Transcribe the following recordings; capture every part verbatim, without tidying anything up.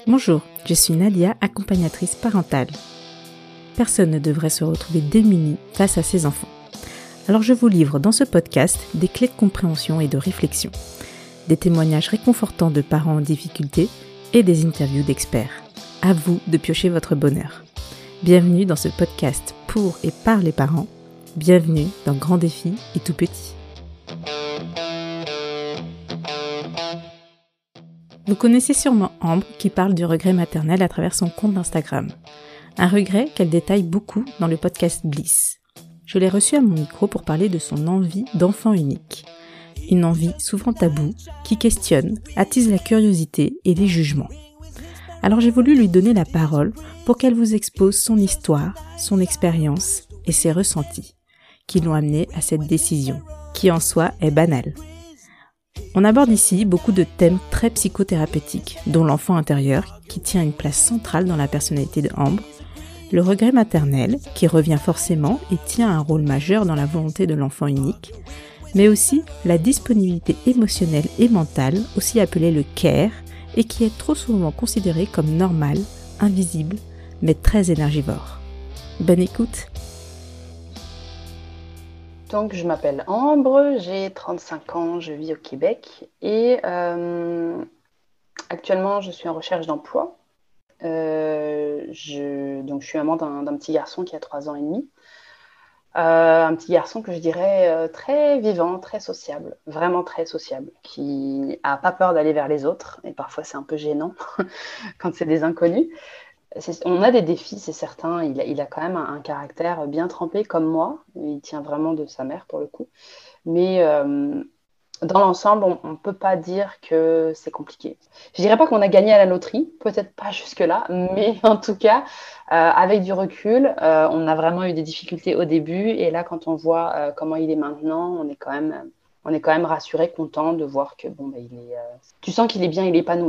Bonjour, je suis Nadia, accompagnatrice parentale. Personne ne devrait se retrouver démuni face à ses enfants. Alors je vous livre dans ce podcast des clés de compréhension et de réflexion, des témoignages réconfortants de parents en difficulté et des interviews d'experts. À vous de piocher votre bonheur. Bienvenue dans ce podcast pour et par les parents. Bienvenue dans Grands défis et tout petits. Vous connaissez sûrement Ambre qui parle du regret maternel à travers son compte Instagram. Un regret qu'elle détaille beaucoup dans le podcast Bliss. Je l'ai reçue à mon micro pour parler de son envie d'enfant unique. Une envie souvent taboue, qui questionne, attise la curiosité et les jugements. Alors j'ai voulu lui donner la parole pour qu'elle vous expose son histoire, son expérience et ses ressentis qui l'ont amenée à cette décision, qui en soi est banale. On aborde ici beaucoup de thèmes très psychothérapeutiques, dont l'enfant intérieur, qui tient une place centrale dans la personnalité de Ambre, le regret maternel, qui revient forcément et tient un rôle majeur dans la volonté de l'enfant unique, mais aussi la disponibilité émotionnelle et mentale, aussi appelée le care, et qui est trop souvent considérée comme normale, invisible, mais très énergivore. Bonne écoute! Donc, je m'appelle Ambre, j'ai trente-cinq ans, je vis au Québec et euh, actuellement, je suis en recherche d'emploi. Euh, je, donc, je suis maman d'un, d'un petit garçon qui a trois ans et demi. Euh, un petit garçon que je dirais euh, très vivant, très sociable, vraiment très sociable, qui n'a pas peur d'aller vers les autres. Et parfois, c'est un peu gênant quand c'est des inconnus. C'est, on a des défis, c'est certain. Il a, il a quand même un, un caractère bien trempé comme moi. Il tient vraiment de sa mère pour le coup. Mais euh, dans l'ensemble, on ne peut pas dire que c'est compliqué. Je dirais pas qu'on a gagné à la loterie, peut-être pas jusque-là, mais en tout cas, euh, avec du recul, euh, on a vraiment eu des difficultés au début. Et là, quand on voit euh, comment il est maintenant, on est quand même, on est quand même rassuré, content de voir que bon, bah, il est. Euh, tu sens qu'il est bien, il est épanoui.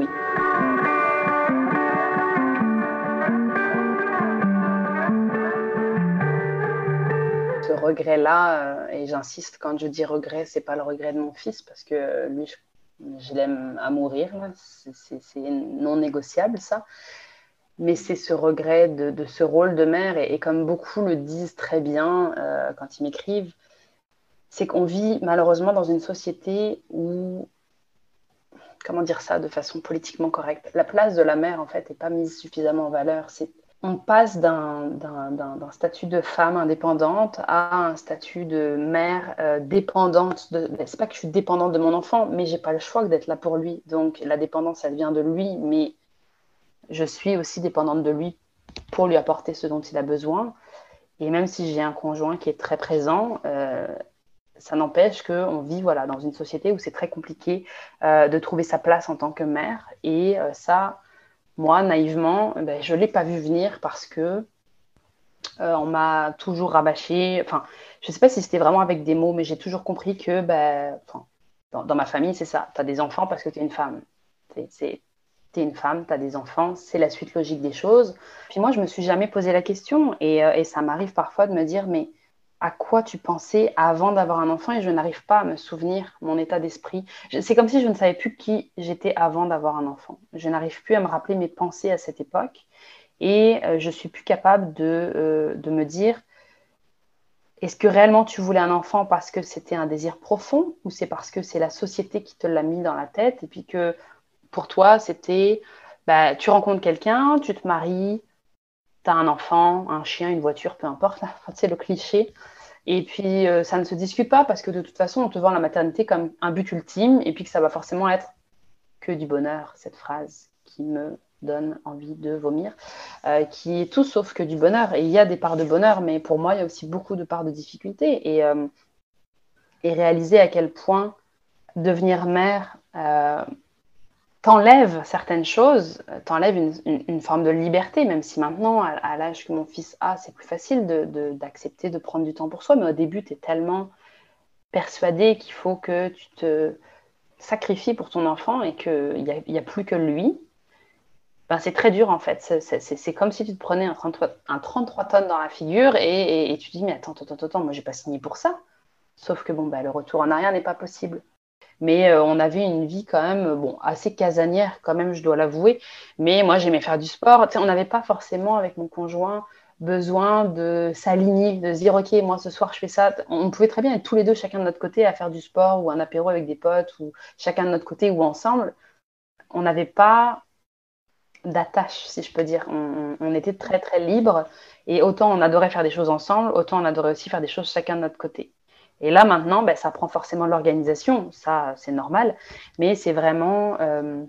Ce regret-là, euh, et j'insiste quand je dis regret, c'est pas le regret de mon fils parce que lui, je, je l'aime à mourir, là. C'est, c'est, c'est non négociable ça. Mais c'est ce regret de, de ce rôle de mère et, et comme beaucoup le disent très bien euh, quand ils m'écrivent, c'est qu'on vit malheureusement dans une société où, comment dire ça de façon politiquement correcte, la place de la mère en fait n'est pas mise suffisamment en valeur. C'est On passe d'un, d'un, d'un, d'un statut de femme indépendante à un statut de mère euh, dépendante. De... C'est pas que je suis dépendante de mon enfant, mais j'ai pas le choix d'être là pour lui. Donc la dépendance, elle vient de lui, mais je suis aussi dépendante de lui pour lui apporter ce dont il a besoin. Et même si j'ai un conjoint qui est très présent, euh, ça n'empêche qu'on vit voilà, dans une société où c'est très compliqué euh, de trouver sa place en tant que mère. Et euh, ça... Moi, naïvement, ben, je ne l'ai pas vu venir parce que euh, on m'a toujours rabâché. Enfin, je ne sais pas si c'était vraiment avec des mots, mais j'ai toujours compris que ben, dans, dans ma famille, c'est ça. Tu as des enfants parce que tu es une femme. Tu es une femme, tu as des enfants, c'est la suite logique des choses. Puis moi, je ne me suis jamais posé la question et, euh, et ça m'arrive parfois de me dire, mais à quoi tu pensais avant d'avoir un enfant et je n'arrive pas à me souvenir mon état d'esprit. Je, c'est comme si je ne savais plus qui j'étais avant d'avoir un enfant. Je n'arrive plus à me rappeler mes pensées à cette époque et euh, je suis plus capable de, euh, de me dire est-ce que réellement tu voulais un enfant parce que c'était un désir profond ou c'est parce que c'est la société qui te l'a mis dans la tête et puis que pour toi c'était bah, tu rencontres quelqu'un, tu te maries, tu as un enfant, un chien, une voiture, peu importe, c'est le cliché. Et puis, euh, ça ne se discute pas parce que de toute façon, on te vend la maternité comme un but ultime et puis que ça va forcément être que du bonheur, cette phrase qui me donne envie de vomir, euh, qui est tout sauf que du bonheur. Et il y a des parts de bonheur, mais pour moi, il y a aussi beaucoup de parts de difficulté. Et, euh, et réaliser à quel point devenir mère euh, t'enlève certaines choses, t'enlève une, une, une forme de liberté, même si maintenant, à, à l'âge que mon fils a, c'est plus facile de, de, d'accepter de prendre du temps pour soi, mais au début, tu es tellement persuadé qu'il faut que tu te sacrifies pour ton enfant et qu'il n'y a, y a plus que lui. Ben, c'est très dur en fait, c'est, c'est, c'est comme si tu te prenais un trente-trois, un trente-trois tonnes dans la figure et, et, et tu te dis mais attends, attends, attends, moi j'ai pas signé pour ça. Sauf que bon, ben, le retour en arrière n'est pas possible. Mais euh, on avait une vie quand même, bon, assez casanière quand même, je dois l'avouer. Mais moi, j'aimais faire du sport. Tu sais, on n'avait pas forcément, avec mon conjoint, besoin de s'aligner, de se dire, OK, moi, ce soir, je fais ça. On pouvait très bien être tous les deux, chacun de notre côté, à faire du sport ou un apéro avec des potes, ou chacun de notre côté ou ensemble. On n'avait pas d'attache, si je peux dire. On, on était très, très libres. Et autant on adorait faire des choses ensemble, autant on adorait aussi faire des choses chacun de notre côté. Et là, maintenant, ben, ça prend forcément de l'organisation. Ça, c'est normal. Mais c'est vraiment euh,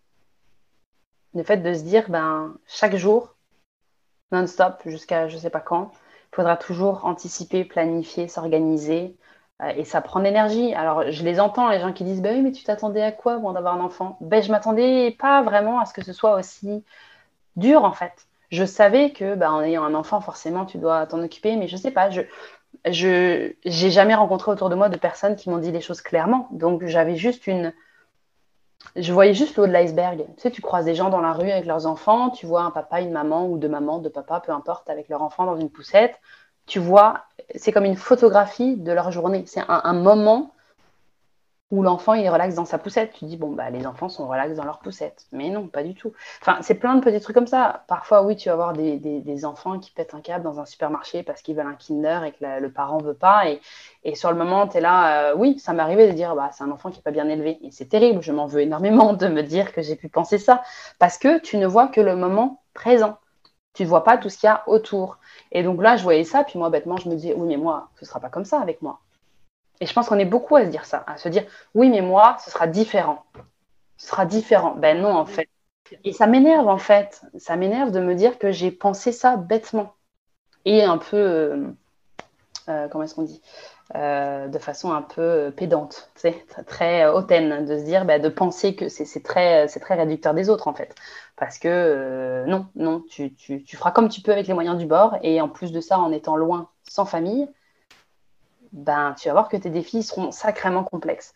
le fait de se dire, ben, chaque jour, non-stop, jusqu'à je ne sais pas quand, il faudra toujours anticiper, planifier, s'organiser. Euh, et ça prend de l'énergie. Alors, je les entends, les gens qui disent, ben oui, mais tu t'attendais à quoi avant d'avoir un enfant? Ben, je m'attendais pas vraiment à ce que ce soit aussi dur en fait. Je savais que bah, en ayant un enfant, forcément, tu dois t'en occuper, mais je sais pas, je je j'ai jamais rencontré autour de moi de personnes qui m'ont dit les choses clairement. Donc j'avais juste une je voyais juste le haut de l'iceberg. Tu sais, tu croises des gens dans la rue avec leurs enfants, tu vois un papa, une maman ou deux mamans, deux papas, peu importe, avec leur enfant dans une poussette. Tu vois, c'est comme une photographie de leur journée. C'est un, un moment où l'enfant il est relax dans sa poussette. Tu dis, bon, bah, les enfants sont relax dans leur poussette. Mais non, pas du tout. Enfin, c'est plein de petits trucs comme ça. Parfois, oui, tu vas avoir des, des, des enfants qui pètent un câble dans un supermarché parce qu'ils veulent un Kinder et que la- le parent veut pas. Et, et sur le moment, tu es là, euh, oui, ça m'est arrivé de dire, bah, c'est un enfant qui n'est pas bien élevé. Et c'est terrible, je m'en veux énormément de me dire que j'ai pu penser ça. Parce que tu ne vois que le moment présent. Tu ne vois pas tout ce qu'il y a autour. Et donc là, je voyais ça, puis moi, bêtement, je me disais, oui, mais moi, ce ne sera pas comme ça avec moi. Et je pense qu'on est beaucoup à se dire ça, à se dire oui, mais moi, ce sera différent. Ce sera différent. Ben non, en fait. Et ça m'énerve, en fait. Ça m'énerve de me dire que j'ai pensé ça bêtement. Et un peu, euh, euh, comment est-ce qu'on dit Euh, de façon un peu pédante, tu sais, très hautaine, de se dire, ben, de penser que c'est c'est très, c'est très réducteur des autres, en fait. Parce que euh, non, non, tu, tu, tu feras comme tu peux avec les moyens du bord. Et en plus de ça, en étant loin, sans famille, ben, tu vas voir que tes défis seront sacrément complexes.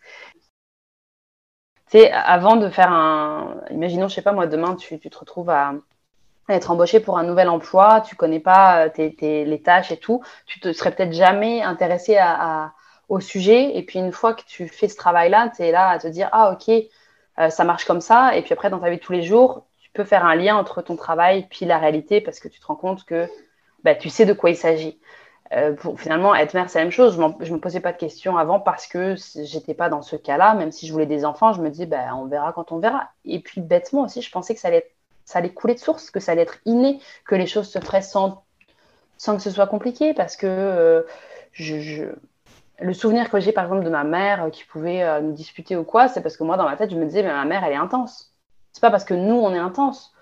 Tu sais, avant de faire un. Imaginons, je sais pas moi, demain, tu, tu te retrouves à, à être embauché pour un nouvel emploi, tu connais pas euh, tes, tes- les tâches et tout, tu te serais peut-être jamais intéressé à, à- au sujet. Et puis, une fois que tu fais ce travail-là, tu es là à te dire, ah, ok, euh, ça marche comme ça. Et puis après, dans ta vie de tous les jours, tu peux faire un lien entre ton travail puis la réalité parce que tu te rends compte que bah, tu sais de quoi il s'agit. Euh, pour finalement être mère, c'est la même chose. Je ne me posais pas de questions avant parce que j'étais pas dans ce cas-là. Même si je voulais des enfants, je me dis, bah, on verra quand on verra. Et puis bêtement aussi, je pensais que ça allait, être, ça allait couler de source, que ça allait être inné, que les choses se feraient sans, sans que ce soit compliqué. Parce que euh, je, je... le souvenir que j'ai par exemple de ma mère euh, qui pouvait euh, nous disputer ou quoi, c'est parce que moi dans ma tête, je me disais, mais ma mère, elle est intense. C'est pas parce que nous, on est intense.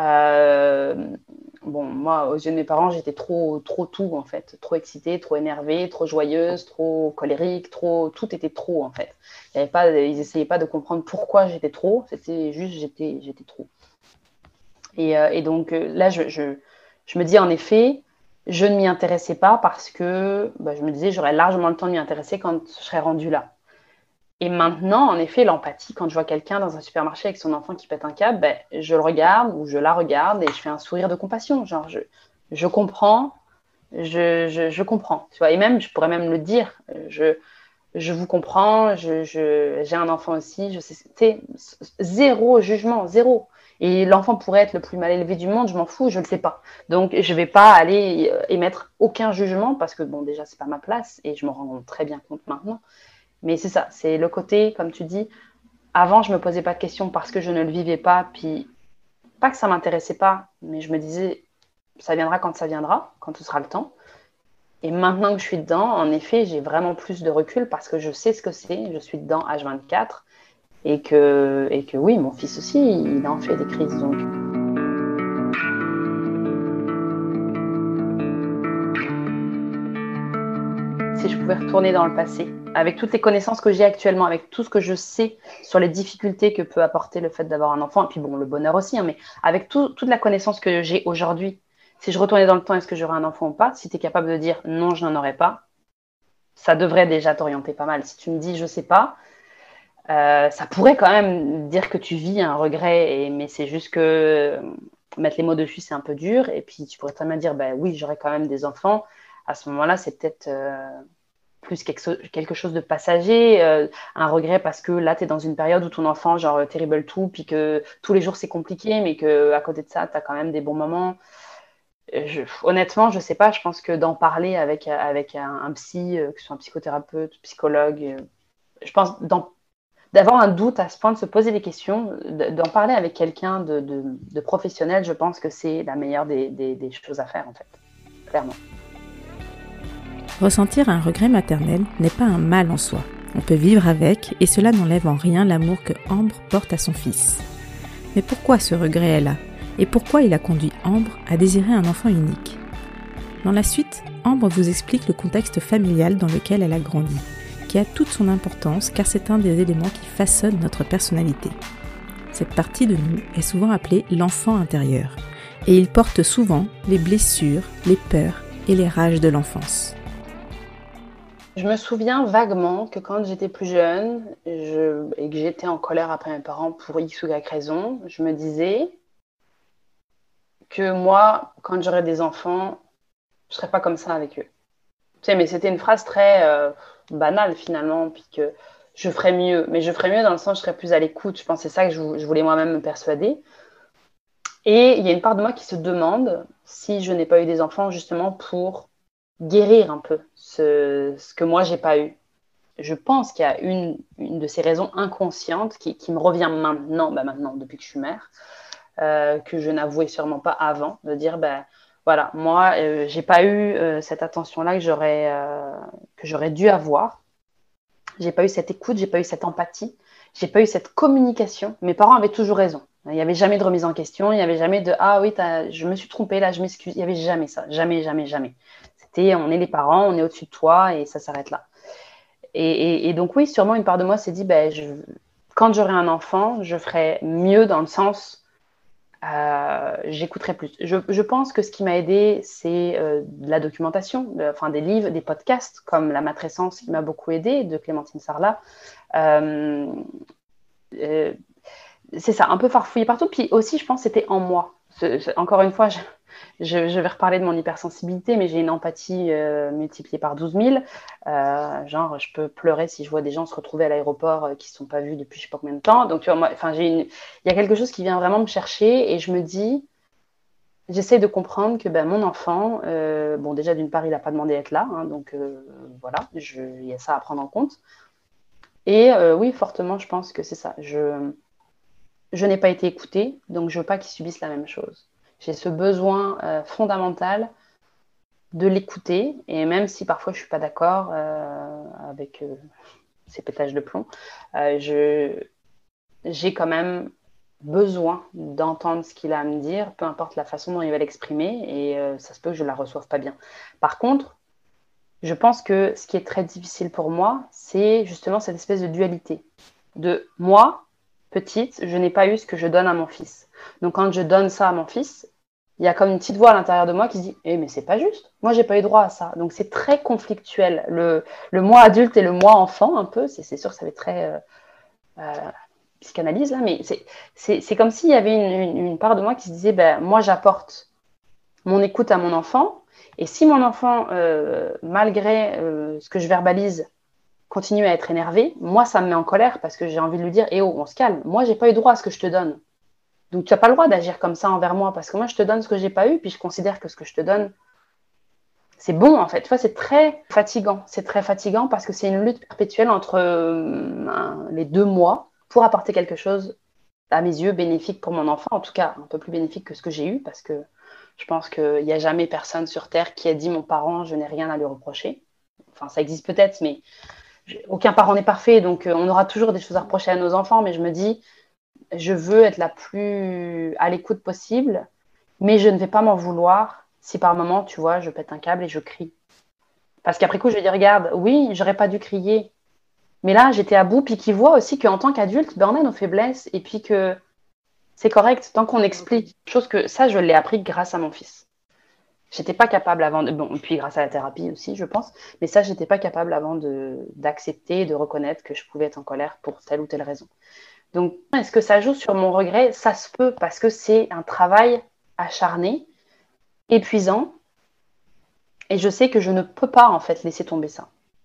Euh, bon, moi, aux yeux de mes parents, j'étais trop, trop tout, en fait. Trop excitée, trop énervée, trop joyeuse, trop colérique, trop... Tout était trop, en fait. Il y avait pas, ils essayaient pas de comprendre pourquoi j'étais trop. C'était juste, j'étais, j'étais trop. Et, euh, et donc, euh, là, je, je, je me dis, en effet, je ne m'y intéressais pas parce que bah, je me disais, j'aurais largement le temps de m'y intéresser quand je serais rendue là. Et maintenant, en effet, l'empathie, quand je vois quelqu'un dans un supermarché avec son enfant qui pète un câble, ben, je le regarde ou je la regarde et je fais un sourire de compassion. Genre, je, je comprends, je, je, je comprends. Tu vois, et même, je pourrais même le dire, je, je vous comprends, je, je, j'ai un enfant aussi, je sais, c'est zéro jugement, zéro. Et l'enfant pourrait être le plus mal élevé du monde, je m'en fous, je ne le sais pas. Donc, je ne vais pas aller émettre aucun jugement parce que, bon, déjà, c'est pas ma place et je me rends très bien compte maintenant. Mais c'est ça, c'est le côté, comme tu dis, avant, je me posais pas de questions parce que je ne le vivais pas, puis pas que ça m'intéressait pas, mais je me disais, ça viendra quand ça viendra, quand ce sera le temps. Et maintenant que je suis dedans, en effet, j'ai vraiment plus de recul parce que je sais ce que c'est, je suis dedans H vingt-quatre, et que, et que oui, mon fils aussi, il en fait des crises, donc... Si je pouvais retourner dans le passé, avec toutes les connaissances que j'ai actuellement, avec tout ce que je sais sur les difficultés que peut apporter le fait d'avoir un enfant, et puis bon, le bonheur aussi, hein, mais avec tout, toute la connaissance que j'ai aujourd'hui, si je retournais dans le temps, est-ce que j'aurais un enfant ou pas? Si tu es capable de dire non, je n'en aurais pas, ça devrait déjà t'orienter pas mal. Si tu me dis je sais pas, euh, ça pourrait quand même dire que tu vis un regret, et, mais c'est juste que euh, mettre les mots dessus, c'est un peu dur, et puis tu pourrais très bien dire bah, oui, j'aurais quand même des enfants. À ce moment-là, c'est peut-être... Euh, plus quelque chose de passager, euh, un regret parce que là, tu es dans une période où ton enfant, genre terrible tout, puis que tous les jours c'est compliqué, mais qu'à côté de ça, tu as quand même des bons moments. Je, honnêtement, je sais pas, je pense que d'en parler avec, avec un, un psy, euh, que ce soit un psychothérapeute, psychologue, euh, je pense d'en d'avoir un doute à ce point, de se poser des questions, d'en parler avec quelqu'un de, de, de professionnel, je pense que c'est la meilleure des, des, des choses à faire, en fait, clairement. Ressentir un regret maternel n'est pas un mal en soi. On peut vivre avec et cela n'enlève en rien l'amour que Ambre porte à son fils. Mais pourquoi ce regret est là ? Et pourquoi il a conduit Ambre à désirer un enfant unique ? Dans la suite, Ambre vous explique le contexte familial dans lequel elle a grandi, qui a toute son importance car c'est un des éléments qui façonnent notre personnalité. Cette partie de nous est souvent appelée l'enfant intérieur, et il porte souvent les blessures, les peurs et les rages de l'enfance. Je me souviens vaguement que quand j'étais plus jeune je, et que j'étais en colère après mes parents pour X ou Y raison, je me disais que moi, quand j'aurais des enfants, je serais pas comme ça avec eux. Tu sais, mais c'était une phrase très euh, banale finalement, puis que je ferais mieux. Mais je ferais mieux dans le sens, je serais plus à l'écoute. Je pense que c'est ça que je, je voulais moi-même me persuader. Et il y a une part de moi qui se demande si je n'ai pas eu des enfants justement pour guérir un peu ce, ce que moi, j'ai pas eu. Je pense qu'il y a une, une de ces raisons inconscientes qui, qui me revient maintenant, bah maintenant, depuis que je suis mère, euh, que je n'avouais sûrement pas avant, de dire, bah, voilà, moi, euh, j'ai pas eu euh, cette attention-là que j'aurais, euh, que j'aurais dû avoir. J'ai pas eu cette écoute, j'ai pas eu cette empathie, j'ai pas eu cette communication. Mes parents avaient toujours raison. Il n'y avait jamais de remise en question, il n'y avait jamais de ah oui, je me suis trompée là, je m'excuse. Il n'y avait jamais ça, jamais, jamais, jamais. C'était on est les parents, on est au-dessus de toi et ça s'arrête là. Et, et, et donc oui, sûrement une part de moi s'est dit ben, je, quand j'aurai un enfant, je ferai mieux dans le sens euh, j'écouterai plus. Je, je pense que ce qui m'a aidé, c'est euh, de la documentation, de, enfin des livres, des podcasts comme La Matrescence qui m'a beaucoup aidé de Clémentine Sarlat. Euh, euh, c'est ça, un peu farfouillé partout. Puis aussi, je pense, c'était en moi. C'est, c'est, encore une fois, je, je, je vais reparler de mon hypersensibilité, mais j'ai une empathie euh, multipliée par douze mille. Euh, genre, je peux pleurer si je vois des gens se retrouver à l'aéroport euh, qui ne se sont pas vus depuis je ne sais pas combien de temps. Donc, tu vois, moi, enfin, j'ai une... il y a quelque chose qui vient vraiment me chercher et je me dis, j'essaie de comprendre que ben, mon enfant, euh, bon, déjà, d'une part, il n'a pas demandé à être là. Hein, donc, euh, voilà, je, il y a ça à prendre en compte. Et euh, oui, fortement, je pense que c'est ça. Je... Je n'ai pas été écoutée, donc je ne veux pas qu'ils subissent la même chose. J'ai ce besoin euh, fondamental de l'écouter, et même si parfois je ne suis pas d'accord euh, avec euh, ces pétages de plomb, euh, je, j'ai quand même besoin d'entendre ce qu'il a à me dire, peu importe la façon dont il va l'exprimer, et euh, ça se peut que je ne la reçoive pas bien. Par contre, je pense que ce qui est très difficile pour moi, c'est justement cette espèce de dualité. De moi, petite, je n'ai pas eu ce que je donne à mon fils. Donc quand je donne ça à mon fils, il y a comme une petite voix à l'intérieur de moi qui se dit eh, « mais c'est pas juste, moi j'ai pas eu droit à ça ». Donc c'est très conflictuel. Le, le moi adulte et le moi enfant, un peu, c'est, c'est sûr que ça va être très euh, euh, psychanalyse là, mais c'est, c'est, c'est comme s'il y avait une, une, une part de moi qui se disait ben, « moi j'apporte mon écoute à mon enfant, et si mon enfant, euh, malgré euh, ce que je verbalise, continue à être énervé, moi, ça me met en colère parce que j'ai envie de lui dire « Eh oh, on se calme, moi, j'ai pas eu droit à ce que je te donne. Donc, tu n'as pas le droit d'agir comme ça envers moi parce que moi, je te donne ce que j'ai pas eu, puis je considère que ce que je te donne, c'est bon, en fait. » Tu vois, c'est très fatigant. C'est très fatigant parce que c'est une lutte perpétuelle entre euh, les deux moi pour apporter quelque chose, à mes yeux, bénéfique pour mon enfant, en tout cas, un peu plus bénéfique que ce que j'ai eu parce que je pense qu'il n'y a jamais personne sur Terre qui a dit « Mon parent, je n'ai rien à lui reprocher ». Enfin, ça existe peut-être, mais aucun parent n'est parfait, donc euh, on aura toujours des choses à reprocher à nos enfants, mais je me dis, je veux être la plus à l'écoute possible, mais je ne vais pas m'en vouloir si par moment, tu vois, je pète un câble et je crie. Parce qu'après coup, je vais dire, regarde, oui, j'aurais pas dû crier, mais là, j'étais à bout, puis qu'ils voient aussi qu'en tant qu'adulte, ben, on a nos faiblesses, et puis que c'est correct tant qu'on explique. Chose que ça, je l'ai appris grâce à mon fils. J'étais pas capable avant de... Bon, et puis grâce à la thérapie aussi, je pense. Mais ça, j'étais pas capable avant de... d'accepter et de reconnaître que je pouvais être en colère pour telle ou telle raison. Donc, est-ce que ça joue sur mon regret ? Ça se peut parce que c'est un travail acharné, épuisant. Et je sais que je ne peux pas, en fait, laisser tomber ça.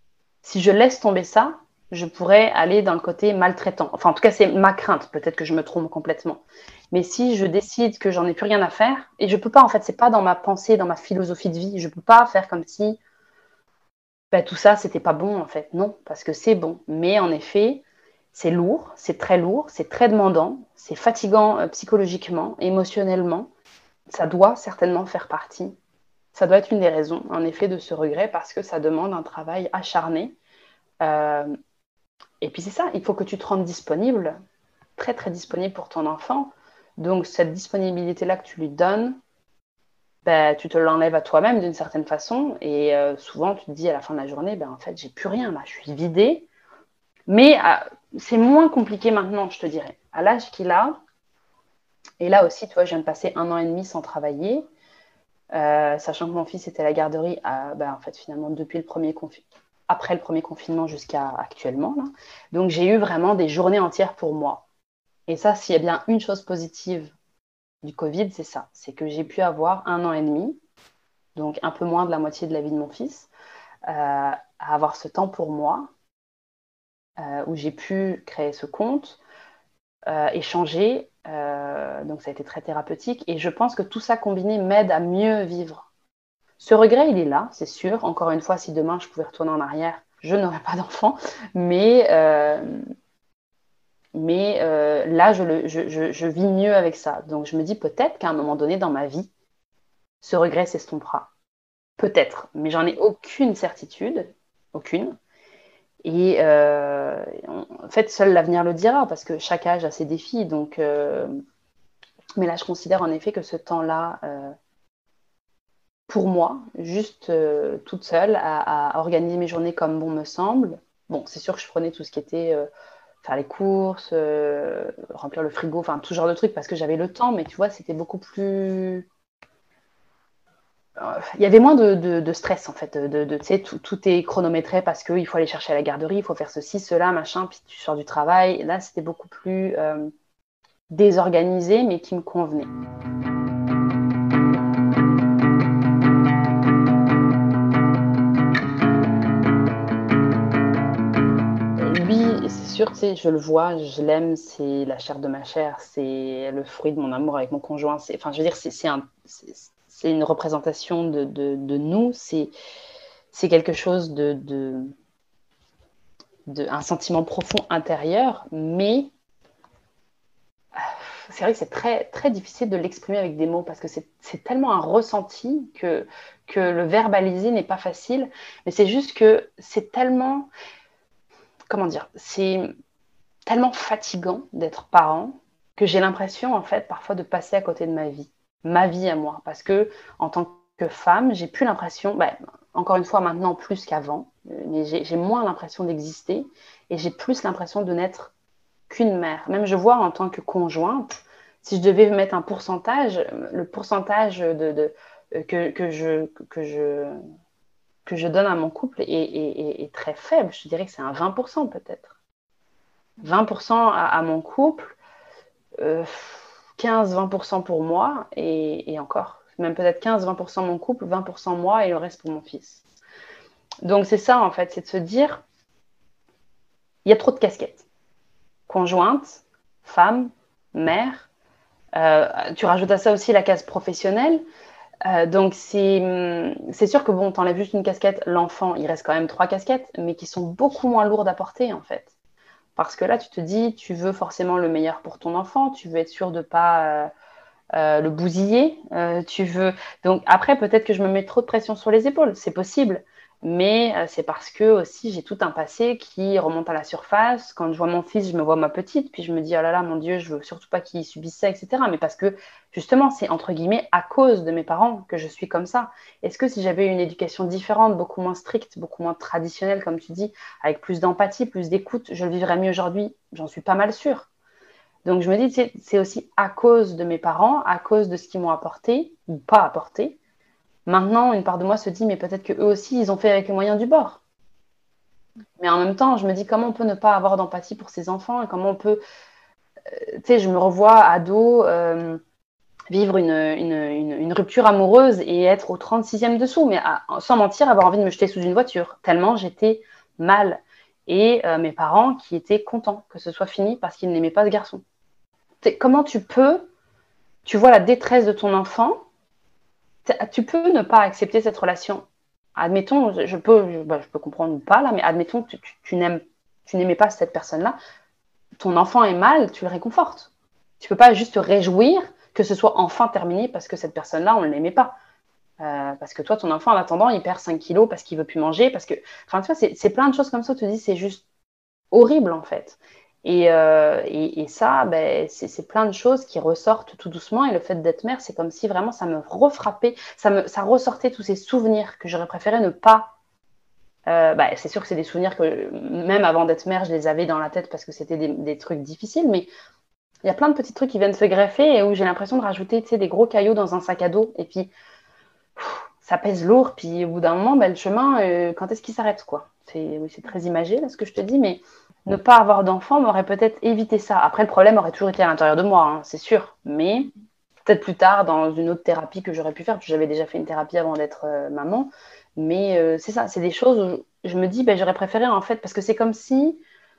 Si je laisse tomber ça, je pourrais aller dans le côté maltraitant. Enfin, en tout cas, c'est ma crainte. Peut-être que je me trompe complètement. Mais si je décide que j'en ai plus rien à faire, et je peux pas, en fait, c'est pas dans ma pensée, dans ma philosophie de vie, je peux pas faire comme si ben, tout ça, c'était pas bon, en fait. Non, parce que c'est bon. Mais en effet, c'est lourd, c'est très lourd, c'est très demandant, c'est fatigant euh, psychologiquement, émotionnellement. Ça doit certainement faire partie. Ça doit être une des raisons, en effet, de ce regret, parce que ça demande un travail acharné. Euh, et puis c'est ça, il faut que tu te rendes disponible, très très disponible pour ton enfant. Donc cette disponibilité-là que tu lui donnes, ben, tu te l'enlèves à toi-même d'une certaine façon. Et euh, souvent, tu te dis à la fin de la journée, ben, en fait, j'ai plus rien là, je suis vidée. Mais euh, c'est moins compliqué maintenant, je te dirais. À l'âge qu'il a, et là aussi, tu vois, je viens de passer un an et demi sans travailler, euh, sachant que mon fils était à la garderie, à, ben, en fait, finalement, depuis le premier confinement, après le premier confinement jusqu'à actuellement. Là. Donc, j'ai eu vraiment des journées entières pour moi. Et ça, s'il y a bien une chose positive du Covid, c'est ça. C'est que j'ai pu avoir un an et demi, donc un peu moins de la moitié de la vie de mon fils, euh, à avoir ce temps pour moi, euh, où j'ai pu créer ce compte, euh, échanger. Euh, donc ça a été très thérapeutique. Et je pense que tout ça combiné m'aide à mieux vivre. Ce regret, il est là, c'est sûr. Encore une fois, si demain je pouvais retourner en arrière, je n'aurais pas d'enfant. Mais, euh, mais euh, là, je, le, je, je, je vis mieux avec ça. Donc je me dis peut-être qu'à un moment donné dans ma vie, ce regret s'estompera. Peut-être, mais j'en ai aucune certitude, aucune. Et euh, en fait, seul l'avenir le dira, parce que chaque âge a ses défis. Donc, euh, mais là, je considère en effet que ce temps-là, euh, pour moi, juste euh, toute seule, à, à organiser mes journées comme bon me semble. Bon, c'est sûr que je prenais tout ce qui était euh, faire les courses, euh, remplir le frigo, enfin tout genre de trucs parce que j'avais le temps, mais tu vois, c'était beaucoup plus. Il y avait moins de, de, de stress en fait, de, de, tu sais, tout, tout est chronométré parce qu'il faut aller chercher à la garderie, il faut faire ceci, cela, machin, puis tu sors du travail. Là, c'était beaucoup plus euh, désorganisé, mais qui me convenait. Lui, c'est sûr, tu sais, je le vois, je l'aime, c'est la chair de ma chair, c'est le fruit de mon amour avec mon conjoint. C'est, enfin, je veux dire, c'est, c'est, un, c'est, c'est une représentation de, de, de nous, c'est, c'est quelque chose de, de, de, un sentiment profond intérieur, mais c'est vrai que c'est très, très difficile de l'exprimer avec des mots parce que c'est, c'est tellement un ressenti que, que le verbaliser n'est pas facile. Mais c'est juste que c'est tellement, comment dire, c'est tellement fatigant d'être parent que j'ai l'impression, en fait, parfois de passer à côté de ma vie, ma vie à moi. Parce que, en tant que femme, j'ai plus l'impression, bah, encore une fois, maintenant plus qu'avant, mais j'ai, j'ai moins l'impression d'exister et j'ai plus l'impression de n'être qu'une mère. Même je vois en tant que conjointe, si je devais mettre un pourcentage, le pourcentage de, de, que, que, je, que, je, que je donne à mon couple est, est, est, est très faible. Je dirais que c'est un vingt pour cent peut-être. vingt pour cent à, à mon couple, euh, quinze à vingt pour cent pour moi, et, et encore, même peut-être quinze à vingt pour cent mon couple, vingt pour cent moi et le reste pour mon fils. Donc c'est ça en fait, c'est de se dire, il y a trop de casquettes. Conjointe, femme, mère. Euh, tu rajoutes à ça aussi la case professionnelle. Euh, donc, c'est, c'est sûr que bon, t'enlèves juste une casquette, l'enfant, il reste quand même trois casquettes, mais qui sont beaucoup moins lourdes à porter, en fait. Parce que là, tu te dis, tu veux forcément le meilleur pour ton enfant, tu veux être sûr de ne pas euh, euh, le bousiller, euh, tu veux... Donc, après, peut-être que je me mets trop de pression sur les épaules, c'est possible. Mais euh, c'est parce que aussi j'ai tout un passé qui remonte à la surface. Quand je vois mon fils, je me vois ma petite, puis je me dis oh là là, mon Dieu, je veux surtout pas qu'il subisse ça, et cetera. Mais parce que justement, c'est entre guillemets à cause de mes parents que je suis comme ça. Est-ce que si j'avais eu une éducation différente, beaucoup moins stricte, beaucoup moins traditionnelle, comme tu dis, avec plus d'empathie, plus d'écoute, je le vivrais mieux aujourd'hui? J'en suis pas mal sûre. Donc je me dis, c'est, c'est aussi à cause de mes parents, à cause de ce qu'ils m'ont apporté ou pas apporté. Maintenant, une part de moi se dit, mais peut-être qu'eux aussi, ils ont fait avec les moyens du bord. Mais en même temps, je me dis, comment on peut ne pas avoir d'empathie pour ses enfants et comment on peut... Euh, tu sais, je me revois ado euh, vivre une, une, une, une rupture amoureuse et être au trente-sixième dessous, mais à, sans mentir, avoir envie de me jeter sous une voiture, tellement j'étais mal. Et euh, mes parents qui étaient contents que ce soit fini parce qu'ils n'aimaient pas ce garçon. T'es, comment tu peux, tu vois la détresse de ton enfant, tu peux ne pas accepter cette relation. Admettons, je peux, je, bah, je peux comprendre ou pas là, mais admettons que tu, tu, tu, n'aimes, tu n'aimais pas cette personne-là, ton enfant est mal, tu le réconfortes. Tu peux pas juste te réjouir que ce soit enfin terminé parce que cette personne-là, on ne l'aimait pas. Euh, parce que toi, ton enfant, en attendant, il perd cinq kilos parce qu'il veut plus manger, parce que, enfin, tu vois, c'est, c'est plein de choses comme ça. Tu te dis, c'est juste horrible en fait. Et, euh, et, et ça, ben, c'est, c'est plein de choses qui ressortent tout doucement. Et le fait d'être mère, c'est comme si vraiment ça me refrappait, ça, me, ça ressortait tous ces souvenirs que j'aurais préféré ne pas. Euh, ben, c'est sûr que c'est des souvenirs que même avant d'être mère, je les avais dans la tête parce que c'était des, des trucs difficiles, mais il y a plein de petits trucs qui viennent se greffer et où j'ai l'impression de rajouter des gros cailloux dans un sac à dos. Et puis, pff, ça pèse lourd. Puis au bout d'un moment, ben, le chemin, euh, quand est-ce qu'il s'arrête quoi? C'est, oui, c'est très imagé là ce que je te dis, mais ne pas avoir d'enfant m'aurait peut-être évité ça. Après, le problème aurait toujours été à l'intérieur de moi, hein, c'est sûr. Mais peut-être plus tard, dans une autre thérapie que j'aurais pu faire, parce que j'avais déjà fait une thérapie avant d'être euh, maman. Mais euh, c'est ça, c'est des choses où je me dis, ben, j'aurais préféré en fait, parce que c'est comme si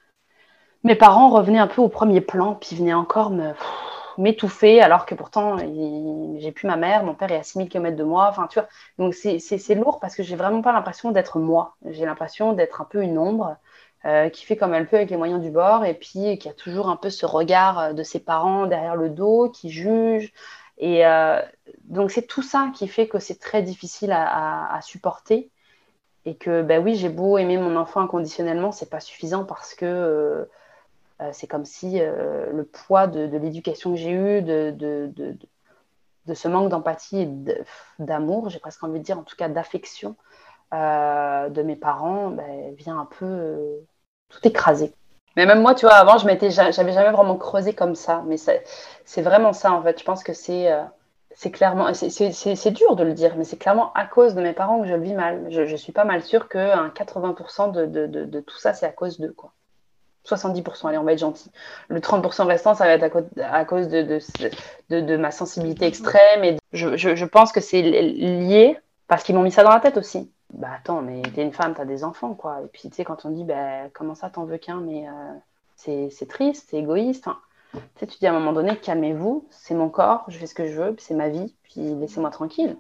mes parents revenaient un peu au premier plan, puis venaient encore me, pff, m'étouffer, alors que pourtant, il, j'ai plus ma mère, mon père est à six mille kilomètres de moi. Enfin, tu vois, donc c'est, c'est, c'est lourd parce que j'ai vraiment pas l'impression d'être moi. J'ai l'impression d'être un peu une ombre euh, qui fait comme elle peut avec les moyens du bord et puis qui a toujours un peu ce regard de ses parents derrière le dos, qui juge. Et euh, donc, c'est tout ça qui fait que c'est très difficile à, à, à supporter. Et que, ben oui, j'ai beau aimer mon enfant inconditionnellement, c'est pas suffisant parce que euh, euh, c'est comme si euh, le poids de, de l'éducation que j'ai eue, de, de, de, de ce manque d'empathie et de, d'amour, j'ai presque envie de dire, en tout cas d'affection euh, de mes parents, ben, vient un peu euh, tout écraser. Mais même moi, tu vois, avant, je m'étais, j'avais jamais vraiment creusé comme ça. Mais c'est, c'est vraiment ça, en fait. Je pense que c'est, euh, c'est clairement, c'est, c'est, c'est, c'est dur de le dire, mais c'est clairement à cause de mes parents que je le vis mal. Je, je suis pas mal sûre qu'un quatre-vingts pour cent de, de, de, de tout ça, c'est à cause d'eux, quoi. soixante-dix pour cent, allez, on va être gentil. Le trente pour cent restant, ça va être à, co- à cause de, de, de, de ma sensibilité extrême. Et de- je, je, je pense que c'est lié parce qu'ils m'ont mis ça dans la tête aussi. Bah attends, mais t'es une femme, t'as des enfants, quoi. Et puis, tu sais, quand on dit, bah, comment ça, t'en veux qu'un, mais euh, c'est, c'est triste, c'est égoïste. Enfin, tu sais, tu dis à un moment donné, calmez-vous, c'est mon corps, je fais ce que je veux, puis c'est ma vie, puis laissez-moi tranquille.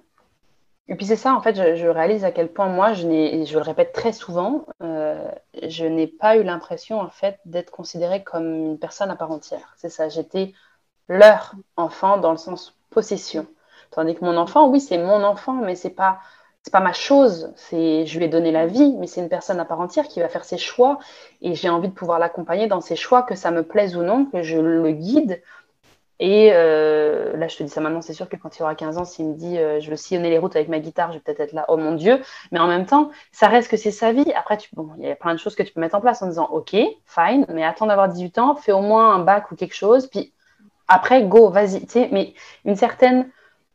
Et puis c'est ça, en fait, je, je réalise à quel point moi, je n'ai, et je le répète très souvent, euh, je n'ai pas eu l'impression, en fait, d'être considérée comme une personne à part entière. C'est ça, j'étais leur enfant dans le sens possession. Tandis que mon enfant, oui, c'est mon enfant, mais c'est pas, c'est pas ma chose. C'est, je lui ai donné la vie, mais c'est une personne à part entière qui va faire ses choix, et j'ai envie de pouvoir l'accompagner dans ses choix, que ça me plaise ou non, que je le guide. Et euh, là, je te dis ça maintenant, c'est sûr que quand il aura quinze ans, s'il me dit euh, je veux sillonner les routes avec ma guitare, je vais peut-être être là, oh mon Dieu. Mais en même temps, ça reste que c'est sa vie. Après, tu, bon, il y a plein de choses que tu peux mettre en place en disant ok, fine, mais attends d'avoir dix-huit ans, fais au moins un bac ou quelque chose, puis après, go, vas-y. Tu sais, mais une certaine.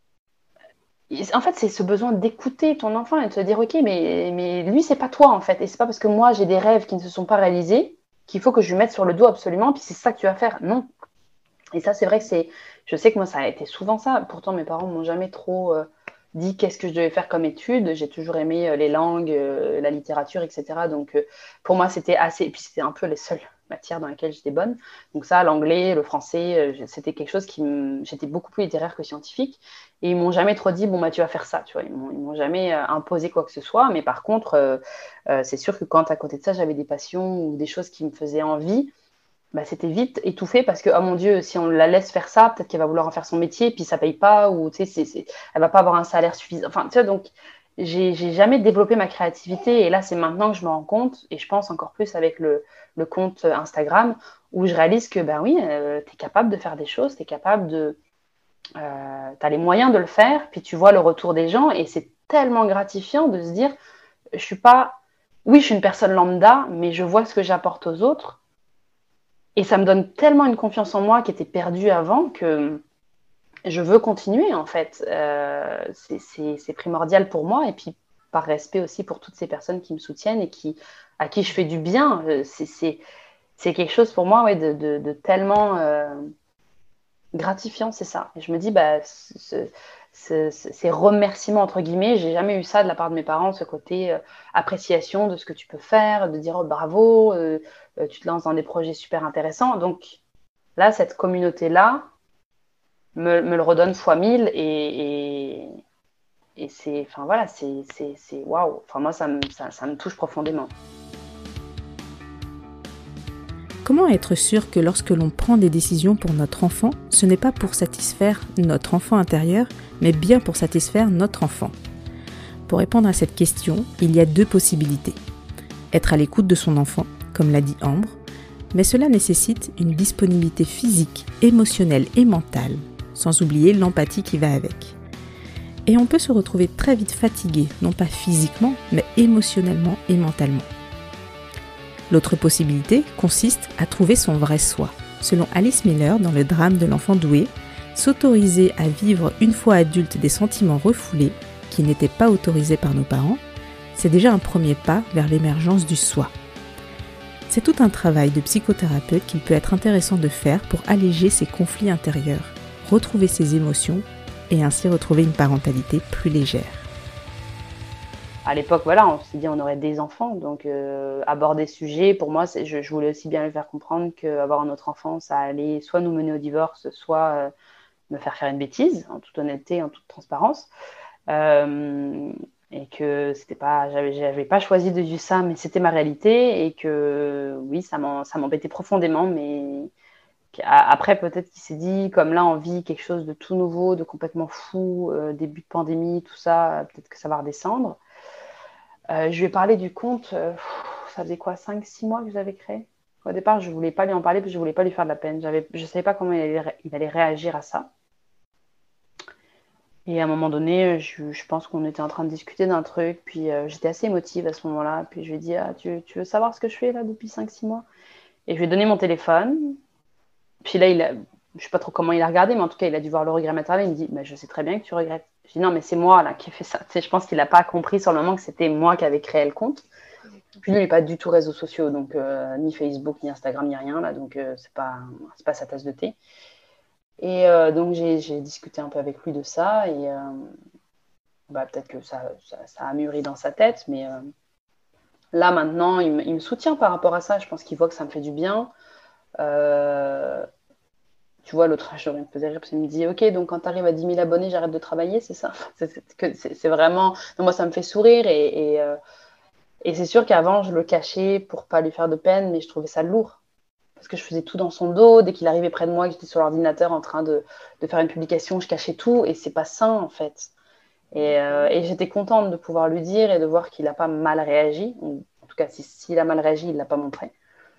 En fait, c'est ce besoin d'écouter ton enfant et de se dire ok, mais, mais lui, c'est pas toi en fait. Et c'est pas parce que moi, j'ai des rêves qui ne se sont pas réalisés qu'il faut que je lui mette sur le dos absolument, puis c'est ça que tu vas faire. Non. Et ça, c'est vrai que c'est. Je sais que moi, ça a été souvent ça. Pourtant, mes parents m'ont jamais trop euh, dit qu'est-ce que je devais faire comme études. J'ai toujours aimé euh, les langues, euh, la littérature, et cetera. Donc, euh, pour moi, c'était assez. Et puis, c'était un peu les seules matières dans lesquelles j'étais bonne. Donc, ça, l'anglais, le français, euh, c'était quelque chose qui me. J'étais beaucoup plus littéraire que scientifique. Et ils m'ont jamais trop dit, bon, bah, tu vas faire ça. Tu vois, ils m'ont, ils m'ont jamais euh, imposé quoi que ce soit. Mais par contre, euh, euh, c'est sûr que quand à côté de ça, j'avais des passions ou des choses qui me faisaient envie, bah, c'était vite étouffé parce que, oh mon Dieu, si on la laisse faire ça, peut-être qu'elle va vouloir en faire son métier, puis ça paye pas, ou tu sais, c'est, c'est, elle va pas avoir un salaire suffisant. Enfin, tu sais, donc, j'ai, j'ai jamais développé ma créativité, et là, c'est maintenant que je me rends compte, et je pense encore plus avec le, le compte Instagram, où je réalise que, ben oui, euh, tu es capable de faire des choses, tu es capable de. Euh, tu as les moyens de le faire, puis tu vois le retour des gens, et c'est tellement gratifiant de se dire, je suis pas. Oui, je suis une personne lambda, mais je vois ce que j'apporte aux autres. Et ça me donne tellement une confiance en moi qui était perdue avant que je veux continuer, en fait. Euh, c'est, c'est, c'est primordial pour moi, et puis par respect aussi pour toutes ces personnes qui me soutiennent et qui, à qui je fais du bien. C'est, c'est, c'est quelque chose pour moi, ouais, de, de, de tellement euh, gratifiant, c'est ça. Et je me dis, bah, ce, ce- ce- ces remerciements, entre guillemets. J'ai jamais eu ça de la part de mes parents, ce côté euh, appréciation de ce que tu peux faire, de dire oh, bravo, euh, euh, tu te lances dans des projets super intéressants. Donc là, cette communauté-là me, me le redonne fois mille et, et, et c'est, enfin voilà, c'est, c'est, c'est waouh. Enfin moi, ça me, ça, ça me touche profondément. Comment être sûr que lorsque l'on prend des décisions pour notre enfant, ce n'est pas pour satisfaire notre enfant intérieur, mais bien pour satisfaire notre enfant? Pour répondre à cette question, il y a deux possibilités. Être à l'écoute de son enfant, comme l'a dit Ambre, mais cela nécessite une disponibilité physique, émotionnelle et mentale, sans oublier l'empathie qui va avec. Et on peut se retrouver très vite fatigué, non pas physiquement, mais émotionnellement et mentalement. L'autre possibilité consiste à trouver son vrai soi. Selon Alice Miller, dans le drame de l'enfant doué, s'autoriser à vivre une fois adulte des sentiments refoulés, qui n'étaient pas autorisés par nos parents, c'est déjà un premier pas vers l'émergence du soi. C'est tout un travail de psychothérapeute qu'il peut être intéressant de faire pour alléger ses conflits intérieurs, retrouver ses émotions et ainsi retrouver une parentalité plus légère. À l'époque, voilà, on s'est dit on aurait des enfants, donc euh, aborder ce sujet, pour moi, c'est, je, je voulais aussi bien lui faire comprendre qu'avoir un autre enfant, ça allait soit nous mener au divorce, soit euh, me faire faire une bêtise, en toute honnêteté, en toute transparence, euh, et que c'était pas, j'avais, j'avais pas choisi de vivre ça, mais c'était ma réalité, et que oui, ça, m'en, ça m'embêtait profondément, mais après, peut-être qu'il s'est dit, comme là, on vit quelque chose de tout nouveau, de complètement fou, euh, début de pandémie, tout ça, peut-être que ça va redescendre. Euh, je lui ai parlé du compte, euh, ça faisait quoi, cinq six mois que je l'avais créé. Au départ, je ne voulais pas lui en parler parce que je ne voulais pas lui faire de la peine. J'avais, je ne savais pas comment il allait, il allait réagir à ça. Et à un moment donné, je, je pense qu'on était en train de discuter d'un truc, puis euh, j'étais assez émotive à ce moment-là. Puis je lui ai dit, ah, tu, tu veux savoir ce que je fais là depuis cinq six mois? Et je lui ai donné mon téléphone. Puis là, il a, je ne sais pas trop comment il a regardé, mais en tout cas, il a dû voir le regret maternel. Il me dit, bah, je sais très bien que tu regrettes. Je dis, non, mais c'est moi là qui ai fait ça. Tu sais, je pense qu'il n'a pas compris sur le moment que c'était moi qui avais créé le compte. Puis lui, il n'est pas du tout réseaux sociaux, donc euh, ni Facebook, ni Instagram, ni rien, là, donc euh, c'est pas, c'est pas sa tasse de thé. Et euh, donc j'ai, j'ai discuté un peu avec lui de ça, et euh, bah, peut-être que ça, ça, ça a mûri dans sa tête, mais euh, là maintenant, il me, il me soutient par rapport à ça. Je pense qu'il voit que ça me fait du bien. Euh, tu vois, l'autre jour, il me faisait rire parce qu'il me dit, ok, donc quand tu arrives à dix mille abonnés, j'arrête de travailler, c'est ça? c'est, c'est, c'est, c'est vraiment... Non, moi, ça me fait sourire, et... et euh, Et c'est sûr qu'avant, je le cachais pour pas lui faire de peine, mais je trouvais ça lourd. Parce que je faisais tout dans son dos. Dès qu'il arrivait près de moi, que j'étais sur l'ordinateur en train de, de faire une publication, je cachais tout. Et c'est pas sain, en fait. Et, euh, et j'étais contente de pouvoir lui dire et de voir qu'il n'a pas mal réagi. Ou, en tout cas, si, s'il a mal réagi, il ne l'a pas montré.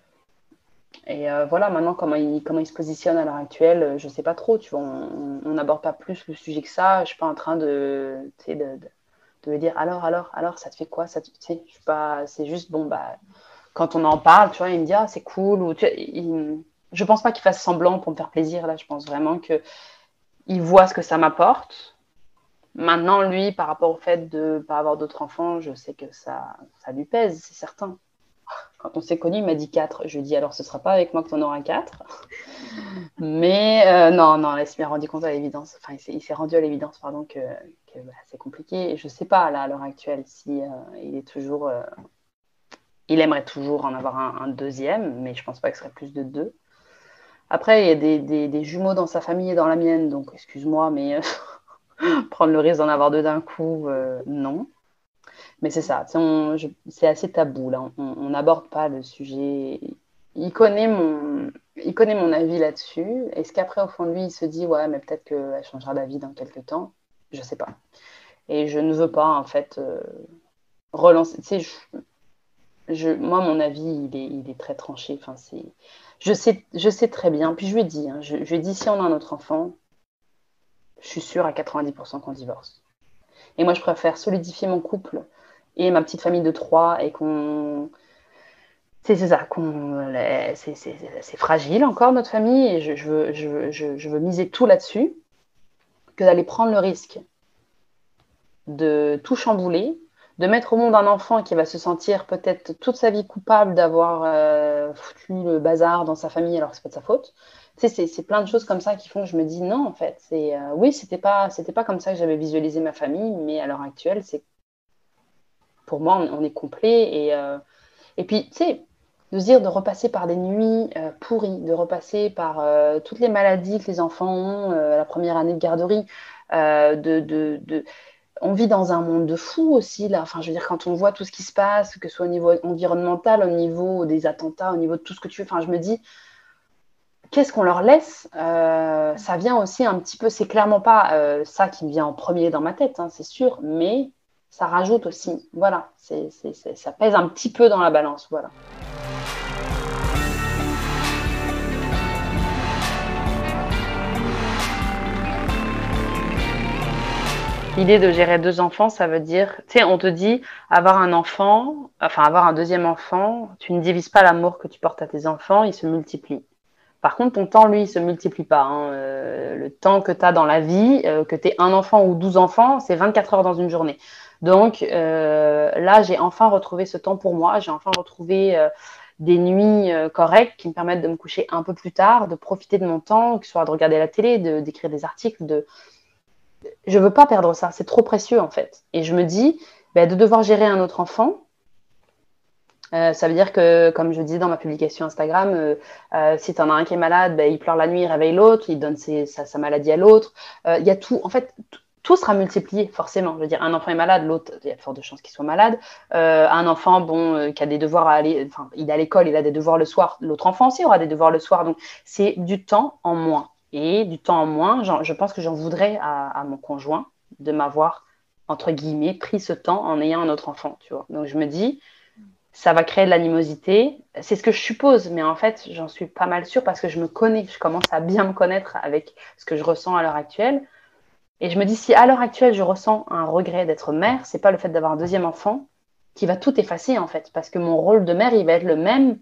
Et euh, voilà, maintenant, comment il, comment il se positionne à l'heure actuelle, je ne sais pas trop. Tu vois, on n'aborde pas plus le sujet que ça. Je ne suis pas en train de, tu sais, de, de de me dire alors, alors, alors, ça te fait quoi ça te, tu sais, je suis pas, c'est juste, bon, bah, quand on en parle, tu vois, il me dit, ah, c'est cool, ou, tu vois, il, je pense pas qu'il fasse semblant pour me faire plaisir, là, je pense vraiment qu'il voit ce que ça m'apporte. Maintenant, lui, par rapport au fait de ne pas avoir d'autres enfants, je sais que ça, ça lui pèse, c'est certain. Quand on s'est connus, il m'a dit quatre. Je lui ai dit, alors ce sera pas avec moi que tu en auras quatre. Mais euh, non, non, il s'est rendu compte à l'évidence, enfin, il s'est, il s'est rendu à l'évidence, pardon, que, que bah, c'est compliqué. Et je sais pas, là, à l'heure actuelle, si euh, il est toujours... Euh, il aimerait toujours en avoir un, un deuxième, mais je pense pas que ce serait plus de deux. Après, il y a des, des, des jumeaux dans sa famille et dans la mienne, donc excuse-moi, mais euh, prendre le risque d'en avoir deux d'un coup, euh, non. Mais c'est ça, on, je, c'est assez tabou, là. On n'aborde pas le sujet. Il connaît, mon, il connaît mon avis là-dessus. Est-ce qu'après, au fond de lui, il se dit, ouais, mais peut-être qu'elle changera d'avis dans quelques temps? Je sais pas. Et je ne veux pas, en fait, euh, relancer. Tu sais, je, je, moi, mon avis, il est, il est très tranché. Enfin, c'est, je, sais, je sais très bien. Puis je lui ai dit, hein, je, je lui ai dit, si on a un autre enfant, je suis sûre à quatre-vingt-dix pour cent qu'on divorce. Et moi, je préfère solidifier mon couple et ma petite famille de trois et qu'on... C'est, c'est ça, qu'on... C'est, c'est, c'est fragile encore, notre famille, et je, je, veux, je, veux, je, je veux miser tout là-dessus, que d'aller prendre le risque de tout chambouler, de mettre au monde un enfant qui va se sentir peut-être toute sa vie coupable d'avoir euh, foutu le bazar dans sa famille alors que c'est pas de sa faute. Tu sais, c'est, c'est plein de choses comme ça qui font que je me dis non, en fait. C'est, euh, oui, c'était pas, c'était pas comme ça que j'avais visualisé ma famille, mais à l'heure actuelle, c'est, pour moi, on, on est complet. Et, euh, et puis, tu sais, de se dire de repasser par des nuits euh, pourries, de repasser par euh, toutes les maladies que les enfants ont euh, à la première année de garderie, euh, de, de, de, on vit dans un monde de fous aussi, là. Enfin, je veux dire, quand on voit tout ce qui se passe, que ce soit au niveau environnemental, au niveau des attentats, au niveau de tout ce que tu veux, enfin, je me dis, qu'est-ce qu'on leur laisse euh, Ça vient aussi un petit peu, c'est clairement pas euh, ça qui me vient en premier dans ma tête, hein, c'est sûr, mais ça rajoute aussi, voilà, c'est, c'est, c'est, ça pèse un petit peu dans la balance, voilà. L'idée de gérer deux enfants, ça veut dire, tu sais, on te dit, avoir un enfant, enfin avoir un deuxième enfant, tu ne divises pas l'amour que tu portes à tes enfants, il se multiplie. Par contre, ton temps, lui, il se multiplie pas. Hein. Euh, le temps que tu as dans la vie, euh, que tu aies un enfant ou douze enfants, c'est vingt-quatre heures dans une journée. Donc euh, là, j'ai enfin retrouvé ce temps pour moi. J'ai enfin retrouvé euh, des nuits euh, correctes qui me permettent de me coucher un peu plus tard, de profiter de mon temps, que ce soit de regarder la télé, de, d'écrire des articles. De... Je veux pas perdre ça. C'est trop précieux, en fait. Et je me dis, ben, de devoir gérer un autre enfant, Euh, ça veut dire que, comme je disais dans ma publication Instagram, euh, euh, si tu en as un qui est malade, ben, il pleure la nuit, il réveille l'autre, il donne ses, sa, sa maladie à l'autre. Il euh, y a tout. En fait, t- tout sera multiplié, forcément. Je veux dire, un enfant est malade, l'autre, il y a de fortes chances qu'il soit malade. Euh, un enfant, bon, euh, qui a des devoirs à aller, enfin, il est à l'école, il a des devoirs le soir. L'autre enfant aussi aura des devoirs le soir. Donc, c'est du temps en moins. Et du temps en moins, je pense que j'en voudrais à, à mon conjoint de m'avoir, entre guillemets, pris ce temps en ayant un autre enfant, tu vois. Donc, je me dis, ça va créer de l'animosité. C'est ce que je suppose, mais en fait, j'en suis pas mal sûre parce que je me connais, je commence à bien me connaître avec ce que je ressens à l'heure actuelle. Et je me dis, si à l'heure actuelle, je ressens un regret d'être mère, c'est pas le fait d'avoir un deuxième enfant qui va tout effacer, en fait, parce que mon rôle de mère, il va être le même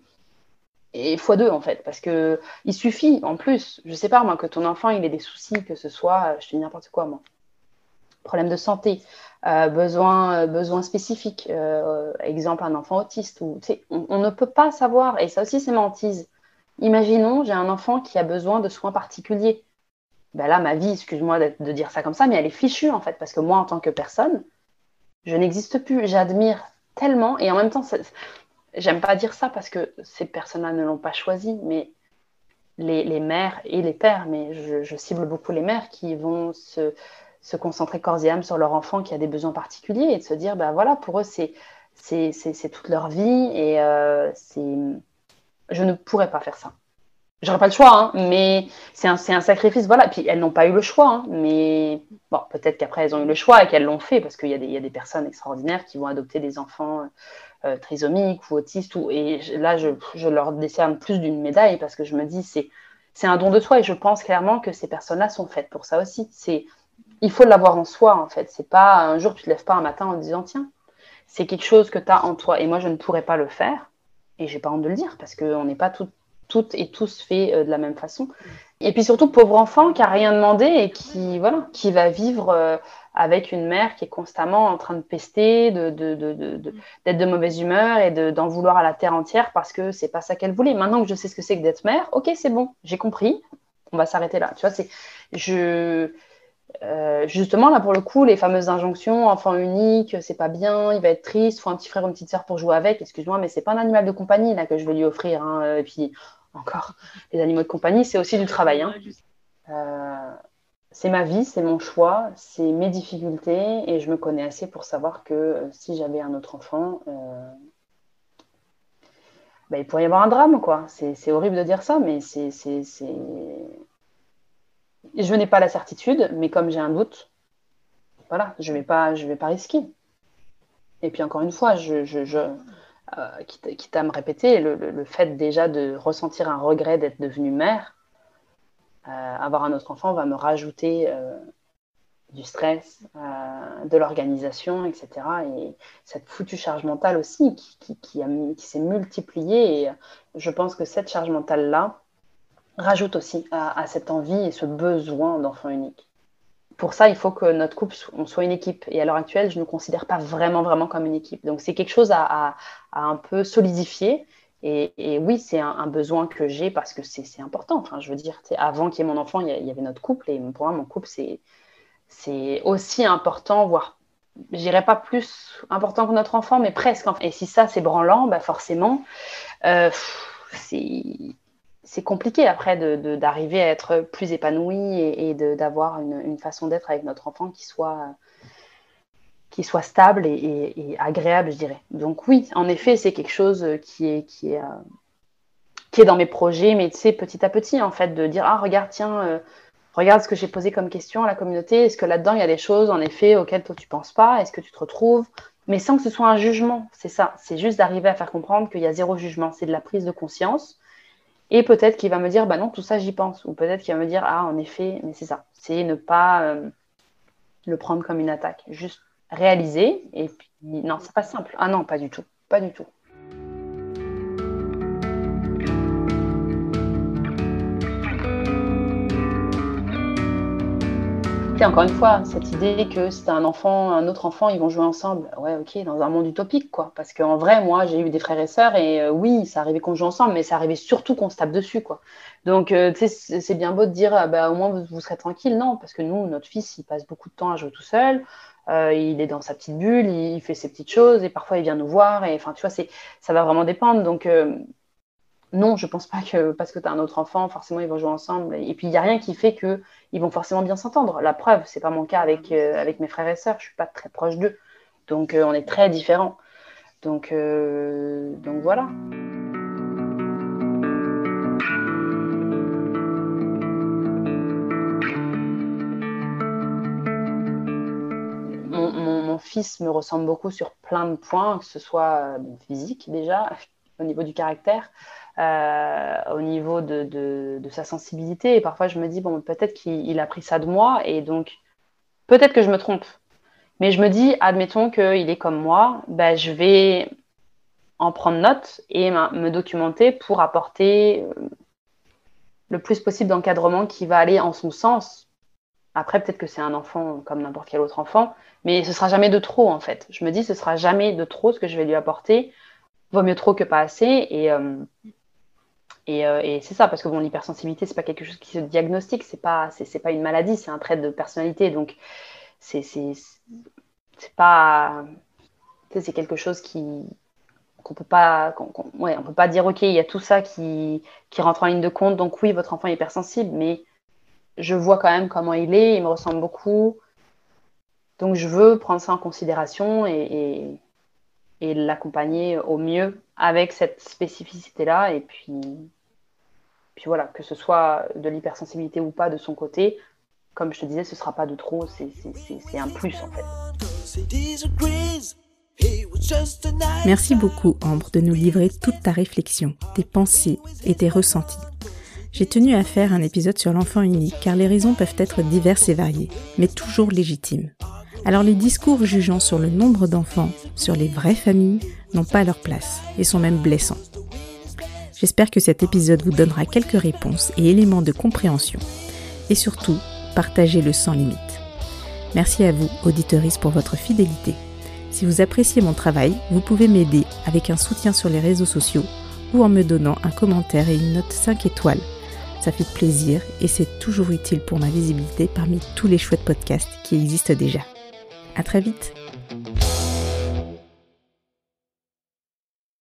et fois deux, en fait, parce que il suffit, en plus, je sais pas, moi, que ton enfant, il ait des soucis, que ce soit, je te dis n'importe quoi, moi, problème de santé, euh, besoin, euh, besoin spécifique, euh, exemple un enfant autiste, ou, on, on ne peut pas savoir, et ça aussi c'est ma hantise. Imaginons, j'ai un enfant qui a besoin de soins particuliers. Ben là, ma vie, excuse-moi de, de dire ça comme ça, mais elle est fichue en fait, parce que moi, en tant que personne, je n'existe plus. J'admire tellement, et en même temps, j'aime pas dire ça parce que ces personnes-là ne l'ont pas choisi, mais les, les mères et les pères, mais je, je cible beaucoup les mères qui vont se se concentrer corps et âme sur leur enfant qui a des besoins particuliers et de se dire, ben voilà, pour eux, c'est, c'est, c'est, c'est toute leur vie et euh, c'est... je ne pourrais pas faire ça. J'aurais pas le choix, hein, mais c'est un, c'est un sacrifice, voilà. Et puis elles n'ont pas eu le choix, hein, mais bon, peut-être qu'après elles ont eu le choix et qu'elles l'ont fait parce qu'il y a des, il y a des personnes extraordinaires qui vont adopter des enfants euh, trisomiques ou autistes. Ou, et là, je, je leur décerne plus d'une médaille parce que je me dis, c'est, c'est un don de soi et je pense clairement que ces personnes-là sont faites pour ça aussi. C'est il faut l'avoir en soi, en fait. C'est pas un jour, tu te lèves pas un matin en disant, tiens, c'est quelque chose que tu as en toi. Et moi, je ne pourrais pas le faire. Et j'ai pas honte de le dire parce qu'on n'est pas tout, toutes et tous faits euh, de la même façon. Et puis surtout, pauvre enfant qui a rien demandé et qui, voilà, qui va vivre euh, avec une mère qui est constamment en train de pester, de, de, de, de, de, d'être de mauvaise humeur et de, d'en vouloir à la terre entière parce que c'est pas ça qu'elle voulait. Maintenant que je sais ce que c'est que d'être mère, ok, c'est bon, j'ai compris. On va s'arrêter là. Tu vois, c'est, je, Euh, justement, là, pour le coup, les fameuses injonctions, enfant unique, c'est pas bien, il va être triste, faut un petit frère ou une petite sœur pour jouer avec. Excuse-moi, mais c'est pas un animal de compagnie là que je vais lui offrir. Hein. Et puis, encore, les animaux de compagnie, c'est aussi du travail. Hein. Euh, c'est ma vie, c'est mon choix, c'est mes difficultés, et je me connais assez pour savoir que euh, si j'avais un autre enfant, euh, bah, il pourrait y avoir un drame, quoi. C'est, c'est horrible de dire ça, mais c'est, c'est, c'est... je n'ai pas la certitude, mais comme j'ai un doute, voilà, je vais pas, je vais pas risquer. Et puis encore une fois, je, je, je euh, quitte, quitte à me répéter, le, le, le fait déjà de ressentir un regret d'être devenue mère, euh, avoir un autre enfant va me rajouter euh, du stress, euh, de l'organisation, et cetera. Et cette foutue charge mentale aussi qui, qui, qui, a, qui s'est multipliée. Et je pense que cette charge mentale-là rajoute aussi à, à cette envie et ce besoin d'enfant unique. Pour ça, il faut que notre couple, on soit une équipe. Et à l'heure actuelle, je ne nous considère pas vraiment, vraiment comme une équipe. Donc, c'est quelque chose à, à, à un peu solidifier. Et, et oui, c'est un, un besoin que j'ai parce que c'est, c'est important. Enfin, je veux dire, avant qu'il y ait mon enfant, il y, a, il y avait notre couple. Et pour moi, mon couple, c'est, c'est aussi important, voire, je dirais pas plus important que notre enfant, mais presque. Et si ça, c'est branlant, bah forcément, euh, c'est, c'est compliqué après de, de, d'arriver à être plus épanoui et, et de, d'avoir une, une façon d'être avec notre enfant qui soit... qui soit stable et, et, et agréable, je dirais. Donc oui, en effet, c'est quelque chose qui est, qui est, euh, qui est dans mes projets, mais tu sais, petit à petit, en fait, de dire, ah, regarde, tiens, euh, regarde ce que j'ai posé comme question à la communauté, est-ce que là-dedans, il y a des choses, en effet, auxquelles toi, tu ne penses pas, est-ce que tu te retrouves, mais sans que ce soit un jugement, c'est ça, c'est juste d'arriver à faire comprendre qu'il y a zéro jugement, c'est de la prise de conscience, et peut-être qu'il va me dire, bah non, tout ça, j'y pense, ou peut-être qu'il va me dire, ah, en effet, mais c'est ça, c'est ne pas euh, le prendre comme une attaque, juste réaliser, et puis non, c'est pas simple. Ah non, pas du tout, pas du tout. Et encore une fois, cette idée que c'est un enfant, un autre enfant, ils vont jouer ensemble. Ouais, ok, dans un monde utopique, quoi. Parce qu'en vrai, moi, j'ai eu des frères et sœurs, et euh, oui, ça arrivait qu'on joue ensemble, mais ça arrivait surtout qu'on se tape dessus, quoi. Donc, euh, tu sais, c'est bien beau de dire, ah, bah, au moins, vous, vous serez tranquille. Non, parce que nous, notre fils, il passe beaucoup de temps à jouer tout seul. Euh, il est dans sa petite bulle, il, il fait ses petites choses, et parfois, il vient nous voir. Et enfin, tu vois, c'est, ça va vraiment dépendre. Donc, euh, non, je pense pas que parce que tu as un autre enfant, forcément, ils vont jouer ensemble. Et puis, il n'y a rien qui fait qu'ils vont forcément bien s'entendre. La preuve, c'est pas mon cas avec, euh, avec mes frères et sœurs. Je suis pas très proche d'eux. Donc, euh, on est très différents. Donc, euh, donc voilà. Mon, mon, mon fils me ressemble beaucoup sur plein de points, que ce soit euh, physique déjà, au niveau du caractère, euh, au niveau de, de, de sa sensibilité. Et parfois, je me dis, bon, peut-être qu'il a pris ça de moi, et donc, peut-être que je me trompe. Mais je me dis, admettons qu'il est comme moi, ben, je vais en prendre note et me documenter pour apporter le plus possible d'encadrement qui va aller en son sens. Après, peut-être que c'est un enfant comme n'importe quel autre enfant, mais ce sera jamais de trop, en fait. Je me dis, ce sera jamais de trop ce que je vais lui apporter. Vaut mieux trop que pas assez. Et... Euh, Et, euh, et c'est ça, parce que bon, l'hypersensibilité, c'est pas quelque chose qui se diagnostique, c'est pas, c'est, c'est pas une maladie, c'est un trait de personnalité. Donc, c'est, c'est, c'est pas, tu sais, c'est quelque chose qui qu'on peut pas, qu'on, qu'on, ouais, on peut pas dire ok, il y a tout ça qui qui rentre en ligne de compte. Donc oui, votre enfant est hypersensible, mais je vois quand même comment il est, il me ressemble beaucoup. Donc je veux prendre ça en considération et, et, et l'accompagner au mieux avec cette spécificité-là. Et puis. Puis voilà, que ce soit de l'hypersensibilité ou pas de son côté, comme je te disais, ce ne sera pas de trop, c'est, c'est, c'est, c'est un plus en fait. Merci beaucoup Ambre de nous livrer toute ta réflexion, tes pensées et tes ressentis. J'ai tenu à faire un épisode sur l'enfant unique car les raisons peuvent être diverses et variées, mais toujours légitimes. Alors les discours jugeant sur le nombre d'enfants, sur les vraies familles, n'ont pas leur place et sont même blessants. J'espère que cet épisode vous donnera quelques réponses et éléments de compréhension. Et surtout, partagez-le sans limite. Merci à vous, auditeuristes, pour votre fidélité. Si vous appréciez mon travail, vous pouvez m'aider avec un soutien sur les réseaux sociaux ou en me donnant un commentaire et une note cinq étoiles. Ça fait plaisir et c'est toujours utile pour ma visibilité parmi tous les chouettes podcasts qui existent déjà. À très vite.